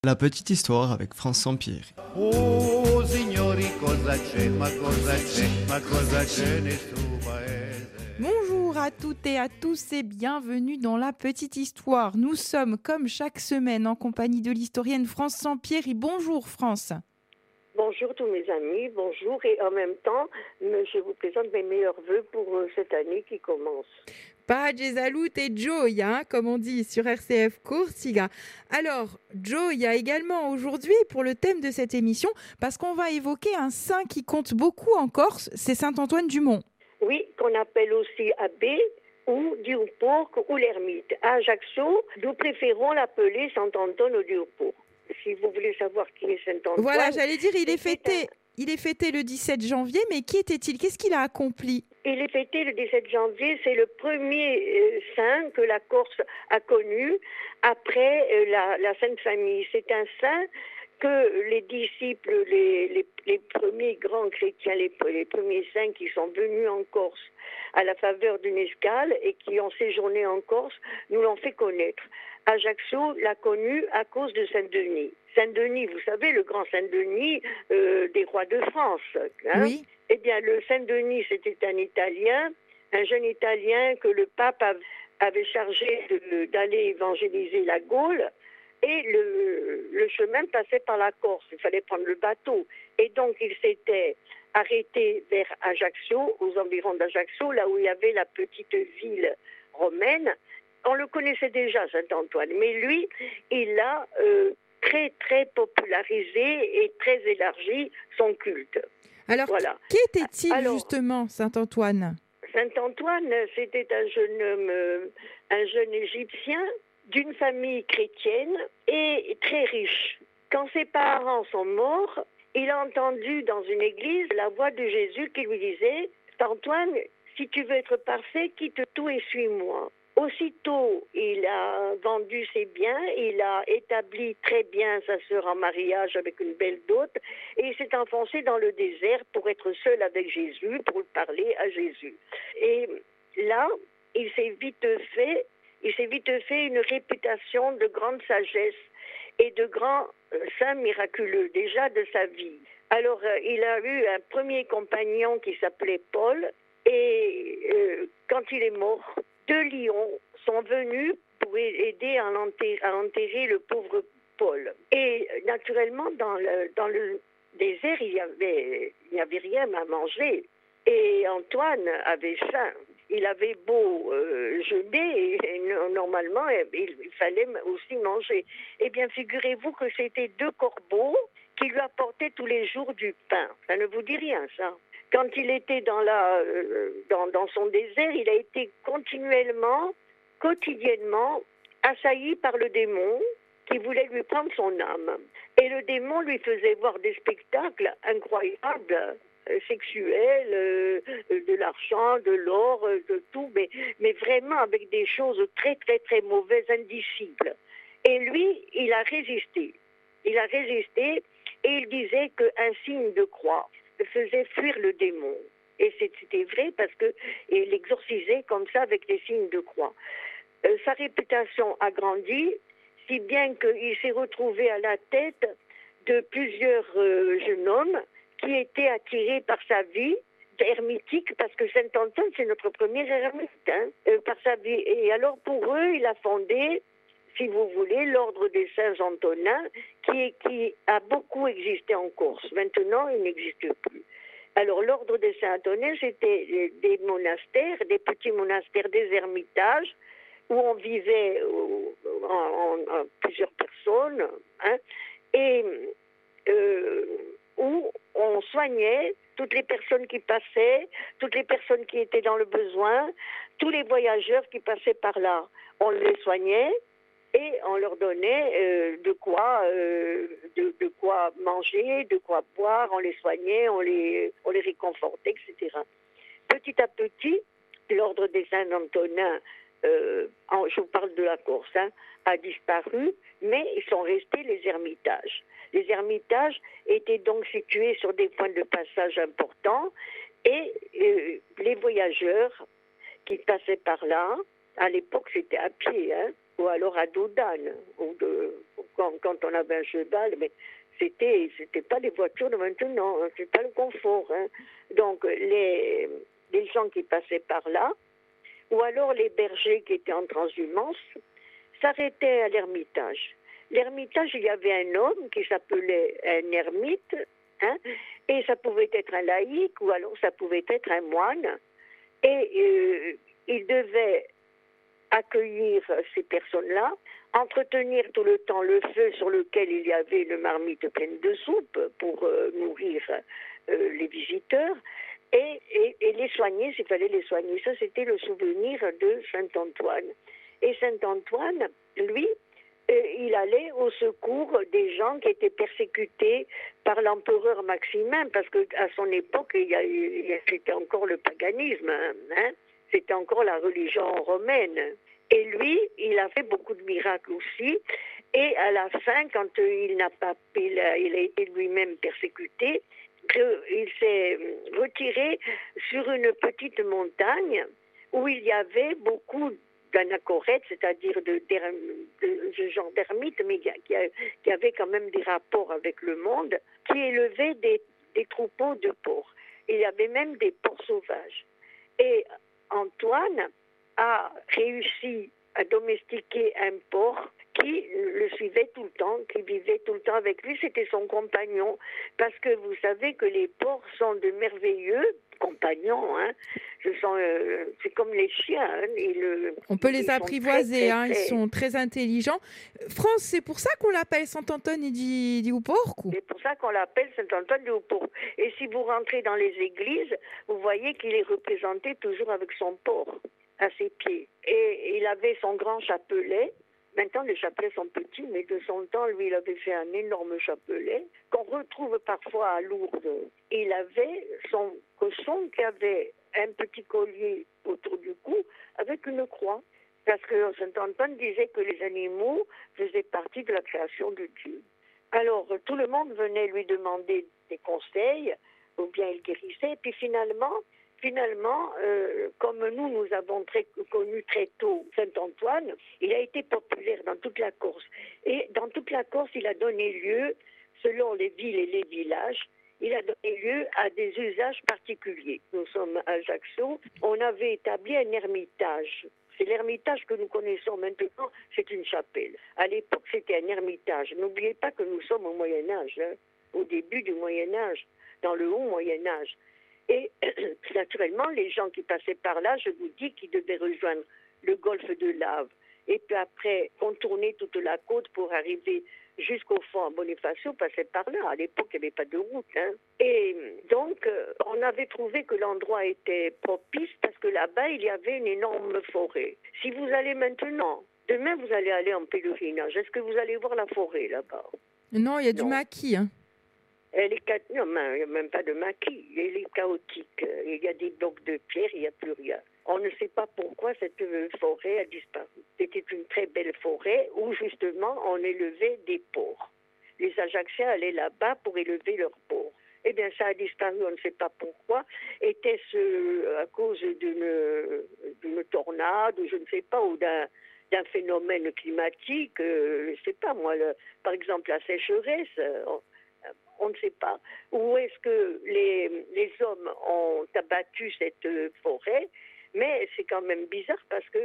La petite histoire avec France Sampieri. Oh, signori, cosa c'è, ma cosa c'è nel suo paese? Bonjour à toutes et à tous et bienvenue dans la petite histoire. Nous sommes comme chaque semaine en compagnie de l'historienne France Sampieri. Bonjour France. Bonjour tous mes amis, bonjour et en même temps, je vous présente mes meilleurs vœux pour cette année qui commence. Page e salute et gioia, comme on dit sur RCF Corsica. Alors, gioia également aujourd'hui pour le thème de cette émission, parce qu'on va évoquer un saint qui compte beaucoup en Corse, c'est Saint-Antoine du Mont. Oui, qu'on appelle aussi abbé ou Dieu-Pourc ou l'ermite. À Ajaccio, nous préférons l'appeler Saint-Antoine du Dieu-Pourc. Si vous voulez savoir qui est Saint-Antoine... Voilà, j'allais dire, il est fêté le 17 janvier, mais qui était-il? Qu'est-ce qu'il a accompli? Il est fêté le 17 janvier, c'est le premier saint que la Corse a connu après la Sainte Famille. C'est un saint que les disciples, les premiers grands chrétiens, les premiers saints qui sont venus en Corse à la faveur d'une escale et qui ont séjourné en Corse, nous l'ont fait connaître. Ajaccio l'a connu à cause de Saint-Denis. Saint-Denis, vous savez, le grand Saint-Denis des rois de France. Hein? Oui. Eh bien, le Saint-Denis, c'était un Italien, un jeune Italien que le pape avait chargé d'aller évangéliser la Gaule. Et le chemin passait par la Corse, il fallait prendre le bateau. Et donc, il s'était arrêté vers Ajaccio, aux environs d'Ajaccio, là où il y avait la petite ville romaine. On le connaissait déjà, Saint-Antoine, mais lui, il a très, très popularisé et très élargi son culte. Alors, voilà. qu'était-il justement, Saint-Antoine? Saint-Antoine, c'était un jeune homme, un jeune Égyptien, d'une famille chrétienne et très riche. Quand ses parents sont morts, il a entendu dans une église la voix de Jésus qui lui disait « Antoine, si tu veux être parfait, quitte tout et suis-moi ». Aussitôt, il a vendu ses biens, il a établi très bien sa sœur en mariage avec une belle dot et il s'est enfoncé dans le désert pour être seul avec Jésus, pour parler à Jésus. Et là, il s'est vite fait une réputation de grande sagesse et de grands saints miraculeux, déjà de sa vie. Alors, il a eu un premier compagnon qui s'appelait Paul, et quand il est mort, 2 lions sont venus pour aider à enterrer le pauvre Paul. Et naturellement, dans le désert, il n'y avait rien à manger. Et Antoine avait faim. Il avait beau jeûner, et normalement, il fallait aussi manger. Eh bien, figurez-vous que c'était 2 corbeaux qui lui apportaient tous les jours du pain. Ça ne vous dit rien, ça? Quand il était dans son désert, il a été quotidiennement, assailli par le démon qui voulait lui prendre son âme. Et le démon lui faisait voir des spectacles incroyables, sexuels, de l'argent, de l'or, de tout, mais vraiment avec des choses très, très, très mauvaises, indicibles. Et lui, il a résisté. Il a résisté et il disait qu'un signe de croix faisait fuir le démon. Et c'était vrai parce qu'il l'exorcisait comme ça avec des signes de croix. Sa réputation a grandi, si bien qu'il s'est retrouvé à la tête de plusieurs jeunes hommes qui étaient attirés par sa vie ermitique, parce que Saint-Antoine, c'est notre premier ermite, par sa vie. Et alors, pour eux, il a fondé, si vous voulez, l'ordre des Saints-Antonins, qui a beaucoup existé en Corse. Maintenant, il n'existe plus. Alors, l'ordre des Saint-Antonins, c'était des monastères, des petits monastères, des ermitages, où on vivait en plusieurs personnes, et où on soignait toutes les personnes qui passaient, toutes les personnes qui étaient dans le besoin, tous les voyageurs qui passaient par là. On les soignait et on leur donnait de quoi manger, de quoi boire, on les soignait, on les réconfortait, etc. Petit à petit, l'ordre des Saint-Antonins, je vous parle de la Corse, a disparu, mais ils sont restés les ermitages. Les ermitages étaient donc situés sur des points de passage importants et les voyageurs qui passaient par là, à l'époque c'était à pied, ou alors à dos d'âne, ou quand on avait un cheval, mais c'était pas les voitures de maintenant, hein, c'est pas le confort. Hein. Donc les gens qui passaient par là, ou alors les bergers qui étaient en transhumance, s'arrêtaient à l'Ermitage. L'Ermitage, il y avait un homme qui s'appelait un ermite, hein, et ça pouvait être un laïc, ou alors ça pouvait être un moine, et il devait accueillir ces personnes-là, entretenir tout le temps le feu sur lequel il y avait une marmite pleine de soupe pour nourrir les visiteurs, et les soigner s'il fallait les soigner. Ça, c'était le souvenir de Saint-Antoine. Et Saint-Antoine, lui, il allait au secours des gens qui étaient persécutés par l'empereur Maximin, parce qu'à son époque, c'était encore le paganisme, hein. C'était encore la religion romaine. Et lui, il a fait beaucoup de miracles aussi. Et à la fin, quand il a été lui-même persécuté, il s'est retiré sur une petite montagne où il y avait beaucoup d'anachorètes, c'est-à-dire de ce genre d'ermites, mais qui avait quand même des rapports avec le monde, qui élevaient des troupeaux de porcs. Il y avait même des porcs sauvages. Et Antoine a réussi à domestiquer un porc qui le suivait tout le temps, qui vivait tout le temps avec lui. C'était son compagnon. Parce que vous savez que les porcs sont de merveilleux compagnons. Hein. C'est comme les chiens. Hein. On peut les apprivoiser, hein. Ils sont très intelligents. France, c'est pour ça qu'on l'appelle Saint-Antoine du Porc. C'est pour ça qu'on l'appelle Saint-Antoine du Porc. Et si vous rentrez dans les églises, vous voyez qu'il est représenté toujours avec son porc à ses pieds. Et il avait son grand chapelet. Maintenant, les chapelets sont petits, mais de son temps, lui, il avait fait un énorme chapelet qu'on retrouve parfois à Lourdes. Il avait son cochon qui avait un petit collier autour du cou avec une croix. Parce que Saint-Antoine disait que les animaux faisaient partie de la création de Dieu. Alors, tout le monde venait lui demander des conseils, ou bien il guérissait. Et puis finalement, comme nous avons connu très tôt Saint-Antoine, il a été populaire dans toute la Corse. Et dans toute la Corse, il a donné lieu, selon les villes et les villages, il a donné lieu à des usages particuliers. Nous sommes à Ajaccio, on avait établi un ermitage. C'est l'ermitage que nous connaissons maintenant, c'est une chapelle. À l'époque, c'était un ermitage. N'oubliez pas que nous sommes au Moyen-Âge, hein, au début du Moyen-Âge, dans le haut Moyen-Âge. Et naturellement, les gens qui passaient par là, je vous dis qu'ils devaient rejoindre le golfe de Lave. Et puis après, contourner toute la côte pour arriver jusqu'au fond à Bonifacio, passaient par là. À l'époque, il n'y avait pas de route. Hein. Et donc, on avait trouvé que l'endroit était propice parce que là-bas, il y avait une énorme forêt. Si vous allez maintenant, demain, vous allez aller en pèlerinage. Est-ce que vous allez voir la forêt là-bas? Non, il y a du maquis. Hein. Non, il n'y a même pas de maquis. Elle est chaotique. Il y a des blocs de pierre, il n'y a plus rien. On ne sait pas pourquoi cette forêt a disparu. C'était une très belle forêt où, justement, on élevait des porcs. Les Ajacciens allaient là-bas pour élever leurs porcs. Eh bien, ça a disparu, on ne sait pas pourquoi. Était-ce à cause d'une tornade, ou je ne sais pas, ou d'un phénomène climatique, je ne sais pas, moi, par exemple, la sécheresse, on ne sait pas. Ou est-ce que les hommes ont abattu cette forêt? Mais c'est quand même bizarre parce que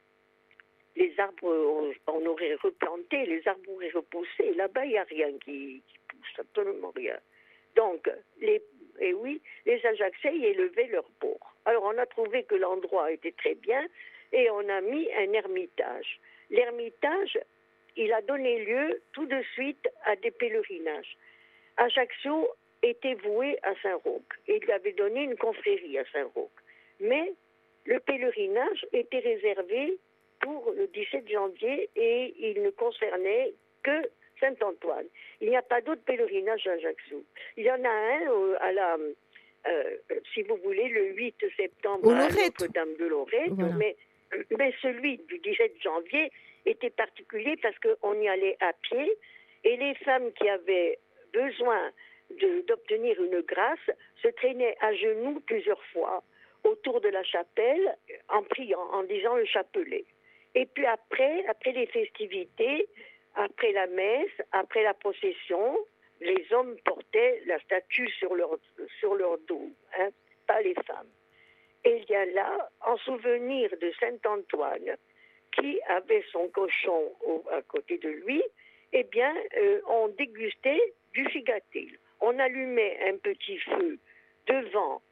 les arbres, on aurait replanté, les arbres auraient repoussé. Là-bas, il n'y a rien qui pousse, absolument rien. Donc, les Ajacciens y élevaient leurs porcs. Alors, on a trouvé que l'endroit était très bien et on a mis un ermitage. L'ermitage, il a donné lieu tout de suite à des pèlerinages. Ajaccio était voué à Saint-Roch et il lui avait donné une confrérie à Saint-Roch. Mais le pèlerinage était réservé pour le 17 janvier et il ne concernait que Saint-Antoine. Il n'y a pas d'autre pèlerinage à Ajaccio. Il y en a un si vous voulez, le 8 septembre à Notre-Dame de Lorette, voilà. Mais celui du 17 janvier était particulier parce qu'on y allait à pied et les femmes qui avaient besoin d'obtenir une grâce se traînaient à genoux plusieurs fois autour de la chapelle en priant, en disant le chapelet. Et puis après les festivités, après la messe, après la procession, les hommes portaient la statue sur leur dos, hein, pas les femmes. Et il y a là, en souvenir de Saint-Antoine, qui avait son cochon à côté de lui, eh bien, on dégustait du figatil. On allumait un petit feu devant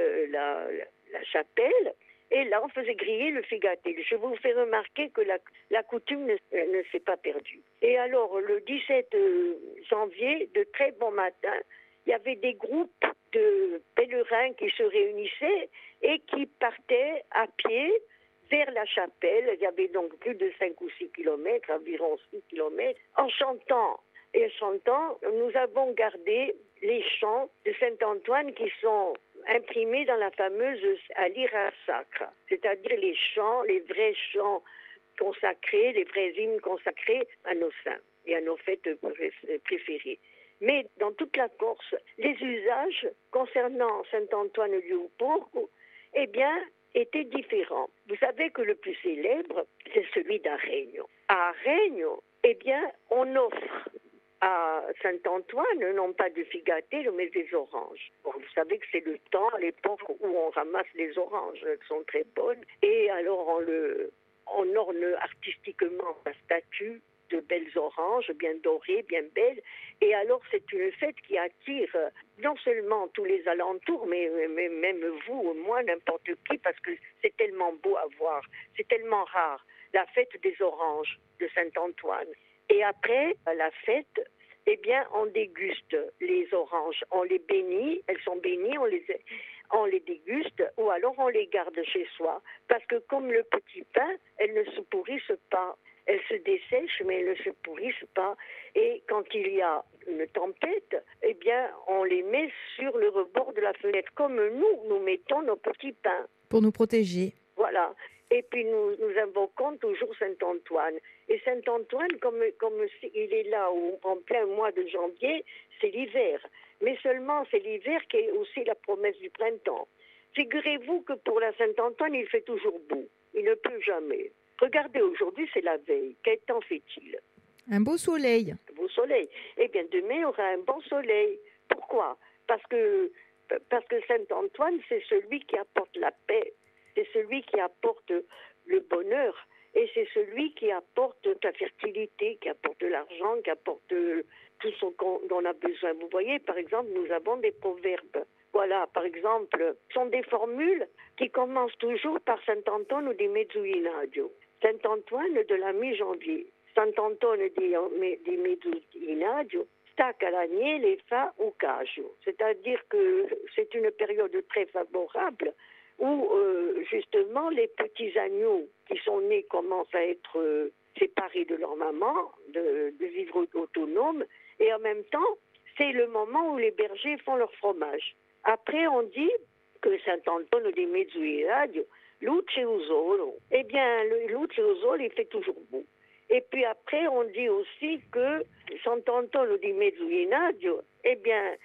la chapelle, et là, on faisait griller le figatil. Je vous fais remarquer que la coutume ne s'est pas perdue. Et alors, le 17 janvier, de très bon matin, il y avait des groupes de pèlerins qui se réunissaient et qui partaient à pied vers la chapelle. Il y avait donc plus de 5 ou 6 kilomètres, environ 6 kilomètres. En chantant, nous avons gardé les chants de Saint-Antoine qui sont imprimés dans la fameuse Alira Sacra, c'est-à-dire les chants, les vrais chants consacrés, les vrais hymnes consacrés à nos saints et à nos fêtes préférées. Mais dans toute la Corse, les usages concernant Saint-Antoine Liubourg, eh bien, étaient différents. Vous savez que le plus célèbre, c'est celui d'Aregno. À Aregno, eh bien, on offre à Saint-Antoine, non pas du figatel, mais des oranges. Bon, vous savez que c'est le temps, à l'époque où on ramasse les oranges, elles sont très bonnes, et alors on orne artistiquement la statue de belles oranges, bien dorées, bien belles, et alors c'est une fête qui attire non seulement tous les alentours, mais même vous, moi, n'importe qui, parce que c'est tellement beau à voir, c'est tellement rare, la fête des oranges de Saint-Antoine. Et après la fête, eh bien, on déguste les oranges, on les bénit, elles sont bénies, on les déguste, ou alors on les garde chez soi, parce que comme le petit pain, elles ne se pourrissent pas. Elles se dessèchent, mais elles ne se pourrissent pas. Et quand il y a une tempête, eh bien, on les met sur le rebord de la fenêtre, comme nous mettons nos petits pains. Pour nous protéger. Voilà. Et puis nous invoquons toujours Saint-Antoine. Et Saint-Antoine, comme il est là en plein mois de janvier, c'est l'hiver. Mais seulement c'est l'hiver qui est aussi la promesse du printemps. Figurez-vous que pour la Saint-Antoine, il fait toujours beau. Il ne pleut jamais. Regardez, aujourd'hui, c'est la veille. Quel temps fait-il? Un beau soleil. Un beau soleil. Eh bien, demain, il y aura un bon soleil. Pourquoi? Parce que Saint-Antoine, c'est celui qui apporte la paix. C'est celui qui apporte le bonheur. Et c'est celui qui apporte la fertilité, qui apporte de l'argent, qui apporte tout ce dont on a besoin. Vous voyez, par exemple, nous avons des proverbes. Voilà, par exemple, ce sont des formules qui commencent toujours par Saint-Antoine di Mezzuinaggio. Saint-Antoine de la mi-janvier. Saint-Antoine di Mezzuinaggio sta all'agnello fa ucaggio. C'est-à-dire que c'est une période très favorable où justement les petits agneaux qui sont nés commencent à être séparés de leur maman, de vivre autonomes, et en même temps, c'est le moment où les bergers font leur fromage. Après, on dit que Saint-Antoine di Mezzuinaggio, luce usolo. Eh bien, le luce usolo, il fait toujours beau. Et puis après, on dit aussi que Saint-Antoine di Mezzuinaggio, eh bien,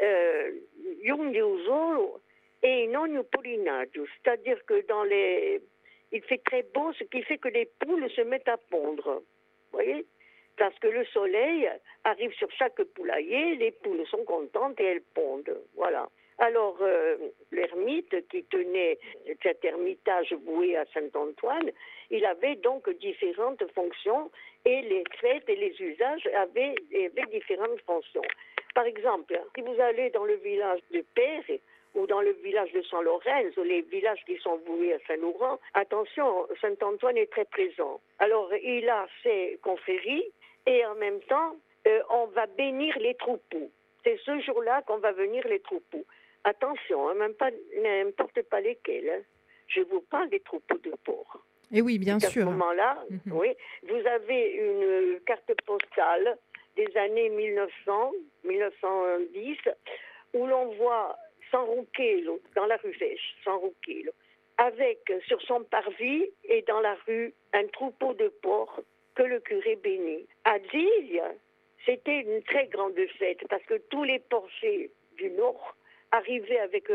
Iung di usolo et non polinaggio. C'est-à-dire que il fait très beau, ce qui fait que les poules se mettent à pondre. Vous voyez? Parce que le soleil arrive sur chaque poulailler, les poules sont contentes et elles pondent. Voilà. Alors, l'ermite qui tenait cet ermitage voué à Saint-Antoine, il avait donc différentes fonctions et les fêtes et les usages avaient différentes fonctions. Par exemple, si vous allez dans le village de Père ou dans le village de San Lorenzo, les villages qui sont voués à Saint-Laurent, attention, Saint-Antoine est très présent. Alors, il a ses confréries et en même temps, on va bénir les troupeaux. C'est ce jour-là qu'on va bénir les troupeaux. Attention, n'importe pas lesquels. Hein. Je vous parle des troupeaux de porcs. Et oui, bien sûr. À ce moment-là, oui, vous avez une carte postale des années 1910, où l'on voit San Rouquelo, dans la rue Vèche, San Rouquelo, avec sur son parvis et dans la rue un troupeau de porcs que le curé bénit. À Ziglia, c'était une très grande fête parce que tous les porchers du Nord arrivaient avec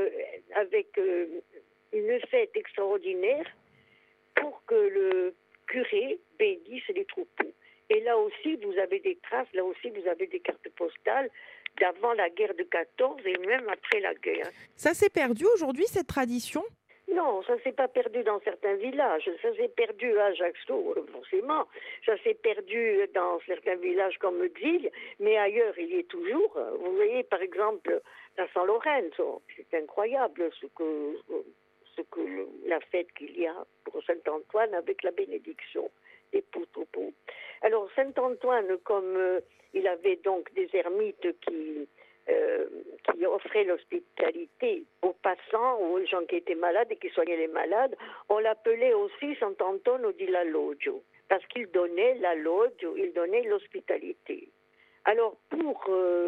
une fête extraordinaire pour que le curé bénisse les troupeaux. Et là aussi, vous avez des traces, là aussi, vous avez des cartes postales d'avant la guerre de 14 et même après la guerre. Ça s'est perdu aujourd'hui, cette tradition? Non, ça s'est pas perdu dans certains villages. Ça s'est perdu à Ajaccio, forcément. Ça s'est perdu dans certains villages comme Zille, mais ailleurs, il y est toujours. Vous voyez, par exemple, à San Lorenzo, c'est incroyable la fête qu'il y a pour Saint-Antoine avec la bénédiction des Poutoupous. Alors, Saint-Antoine, comme il avait donc des ermites qui offrait l'hospitalité aux passants, aux gens qui étaient malades et qui soignaient les malades, on l'appelait aussi Sant'Antonio di l'Alloggio, parce qu'il donnait l'alloggio, il donnait l'hospitalité. Alors, pour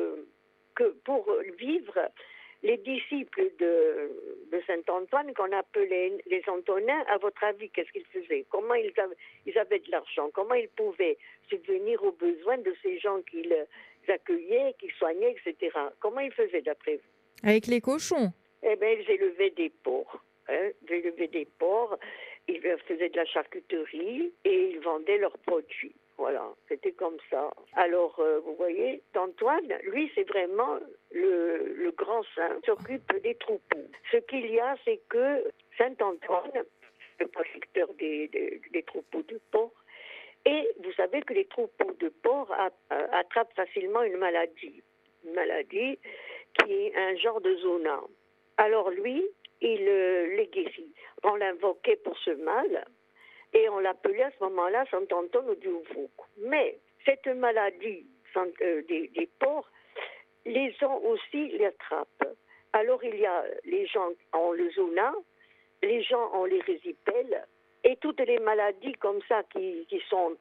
vivre, les disciples de Saint-Antoine, qu'on appelait les Antonins, à votre avis, qu'est-ce qu'ils faisaient? Comment ils avaient de l'argent? Comment ils pouvaient subvenir aux besoins de ces gens qu'ils accueillaient, qu'ils soignaient, etc. Comment ils faisaient d'après vous? Avec les cochons? Eh bien, ils élevaient des porcs. Ils élevaient des porcs, ils faisaient de la charcuterie et ils vendaient leurs produits. Voilà, c'était comme ça. Alors, vous voyez, Antoine, lui, c'est vraiment le grand saint qui s'occupe des troupeaux. Ce qu'il y a, c'est que Saint-Antoine, le protecteur des troupeaux de porcs, et vous savez que les troupeaux de porcs attrapent facilement une maladie qui est un genre de zona. Alors lui, il les guérit. On l'invoquait pour ce mal et on l'appelait à ce moment-là Sant'Antonio di Uvuco. Mais cette maladie des porcs, les gens aussi l'attrapent. Alors il y a les gens ont le zona, les gens ont les résipelles et toutes les maladies comme ça qui sont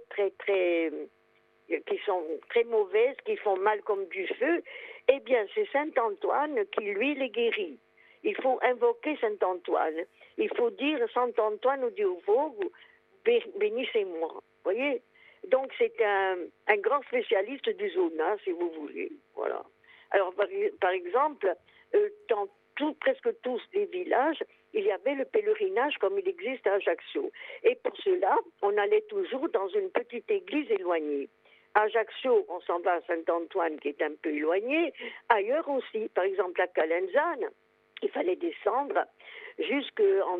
qui sont très mauvaises, qui font mal comme du feu, eh bien c'est Saint-Antoine qui lui les guérit. Il faut invoquer Saint-Antoine. Il faut dire Sant'Antonio di Uvuco, bénissez-moi. Vous voyez? Donc c'est un grand spécialiste du zona, si vous voulez. Voilà. Alors par exemple, dans presque tous les villages, il y avait le pèlerinage comme il existe à Ajaccio. Et pour cela, on allait toujours dans une petite église éloignée. À Ajaccio, on s'en va à Saint-Antoine qui est un peu éloigné. Ailleurs aussi, par exemple à Calenzane, il fallait descendre jusqu'en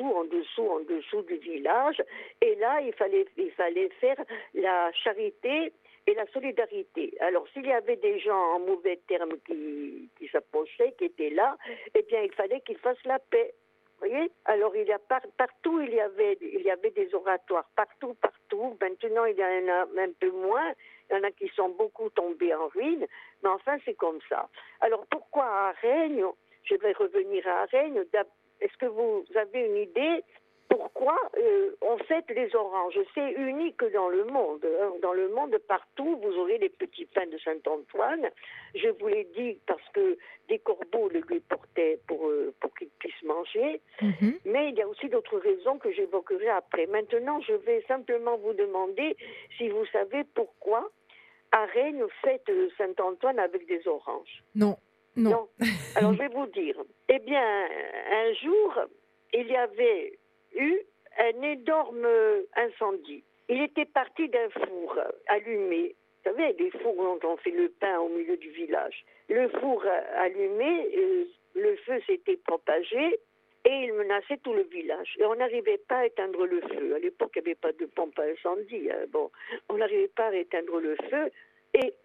dessous du village. Et là, il fallait faire la charité et la solidarité. Alors, s'il y avait des gens en mauvais termes qui s'approchaient, qui étaient là, eh bien, il fallait qu'ils fassent la paix. Vous voyez? Alors, partout, il y avait des oratoires. Partout. Maintenant, il y en a un peu moins. Il y en a qui sont beaucoup tombés en ruine. Mais enfin, c'est comme ça. Alors, pourquoi à Araigne? Je vais revenir à Araigne. Est-ce que vous avez une idée pourquoi on fête les oranges? C'est unique dans le monde. Hein. Dans le monde, partout, vous aurez les petits pains de Saint-Antoine. Je vous l'ai dit parce que des corbeaux le lui portaient pour qu'il puisse manger. Mm-hmm. Mais il y a aussi d'autres raisons que j'évoquerai après. Maintenant, je vais simplement vous demander si vous savez pourquoi Araigne fête Saint-Antoine avec des oranges. Non. Alors, je vais vous dire. Eh bien, un jour, il y avait eu un énorme incendie. Il était parti d'un four allumé. Vous savez, des fours dont on fait le pain au milieu du village. Le four allumé, le feu s'était propagé et il menaçait tout le village. Et on n'arrivait pas à éteindre le feu. À l'époque, il n'y avait pas de pompe à incendie. Hein. Bon, on n'arrivait pas à éteindre le feu. Et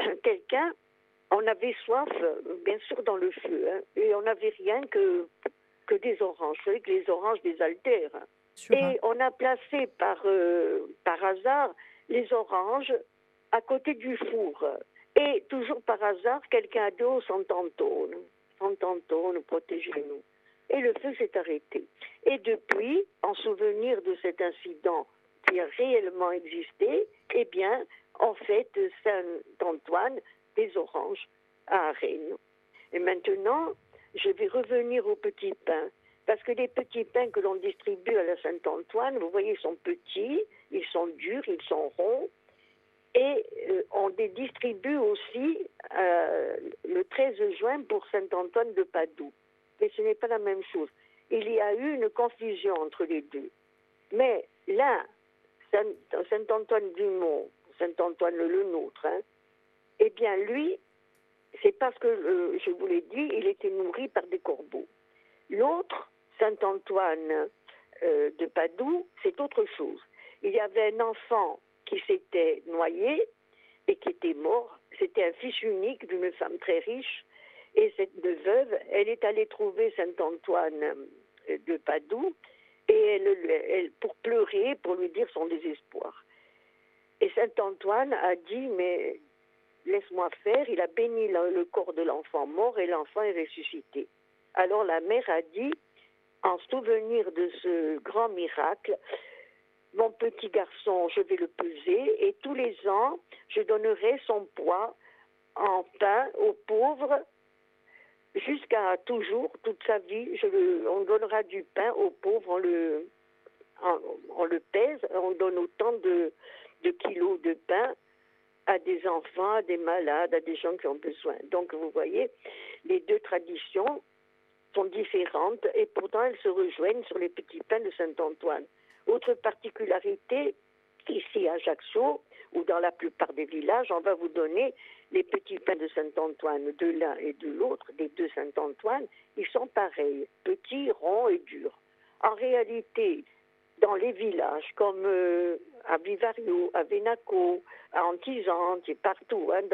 on avait soif, bien sûr, dans le feu. Hein, et on n'avait rien que des oranges. Vous savez que les oranges désaltèrent. Hein. Et on a placé par hasard les oranges à côté du four. Et toujours par hasard, quelqu'un a dit « Oh, Sant'Antonio, protégez-nous ». Et le feu s'est arrêté. Et depuis, en souvenir de cet incident qui a réellement existé, eh bien, on fête Saint-Antoine des oranges à Araigne. Et maintenant, je vais revenir aux petits pains. Parce que les petits pains que l'on distribue à la Saint-Antoine, vous voyez, ils sont petits, ils sont durs, ils sont ronds. Et on les distribue aussi le 13 juin pour Saint-Antoine de Padoue. Mais ce n'est pas la même chose. Il y a eu une confusion entre les deux. Mais là, Saint-Antoine du Mont, Saint-Antoine le nôtre. Hein. Eh bien, lui, c'est parce que, je vous l'ai dit, il était nourri par des corbeaux. L'autre, Saint-Antoine de Padoue, c'est autre chose. Il y avait un enfant qui s'était noyé et qui était mort. C'était un fils unique d'une femme très riche. Et cette veuve, elle est allée trouver Saint-Antoine de Padoue et elle, pour pleurer, pour lui dire son désespoir. Et Saint-Antoine a dit, mais laisse-moi faire. Il a béni le corps de l'enfant mort et l'enfant est ressuscité. Alors la mère a dit, en souvenir de ce grand miracle, mon petit garçon, je vais le peser et tous les ans, je donnerai son poids en pain aux pauvres jusqu'à toujours, toute sa vie. On donnera du pain aux pauvres, on le pèse, on donne autant de kilos de pain à des enfants, à des malades, à des gens qui ont besoin. Donc vous voyez, les deux traditions sont différentes et pourtant elles se rejoignent sur les petits pains de Saint-Antoine. Autre particularité, ici à Ajaccio, ou dans la plupart des villages, on va vous donner les petits pains de Saint-Antoine de l'un et de l'autre, des deux Saint-Antoine, ils sont pareils, petits, ronds et durs. En réalité, dans les villages comme à Vivario, à Venaco, à Antizante et partout, hein,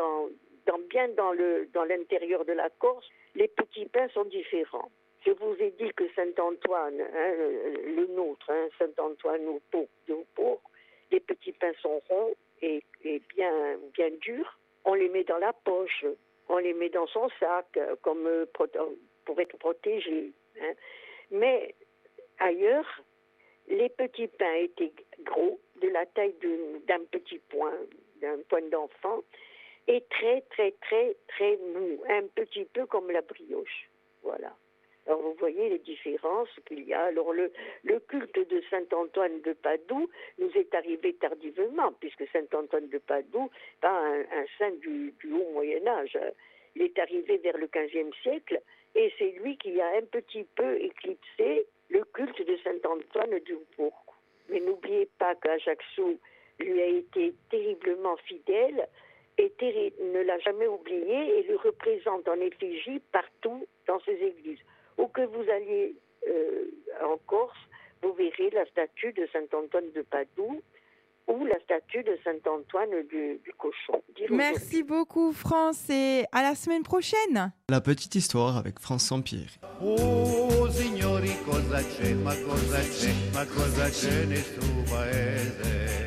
dans l'intérieur de la Corse, les petits pains sont différents. Je vous ai dit que Saint-Antoine, hein, le nôtre, hein, Saint-Antoine au pot, les petits pains sont ronds et bien durs. On les met dans la poche, on les met dans son sac comme pour être protégé. Hein. Mais ailleurs, les petits pains étaient gros, de la taille d'un petit poing, d'un poing d'enfant, et très, très, très, très mou, un petit peu comme la brioche. Voilà. Alors vous voyez les différences qu'il y a. Alors le culte de Saint-Antoine de Padoue nous est arrivé tardivement, puisque Saint-Antoine de Padoue n'est pas un saint du haut Moyen-Âge. Il est arrivé vers le XVe siècle, et c'est lui qui a un petit peu éclipsé le culte de Saint-Antoine du Bourg. Mais n'oubliez pas qu'Ajaccio lui a été terriblement fidèle et ne l'a jamais oublié et le représente en effigie partout dans ses églises. Où que vous alliez en Corse, vous verrez la statue de Saint-Antoine de Padoue ou la statue de Saint-Antoine du Cochon. Merci beaucoup France et à la semaine prochaine. La petite histoire avec France Sampieri. Oh signori cosa c'è, ma cosa c'è, ma cosa c'è nel suo paese?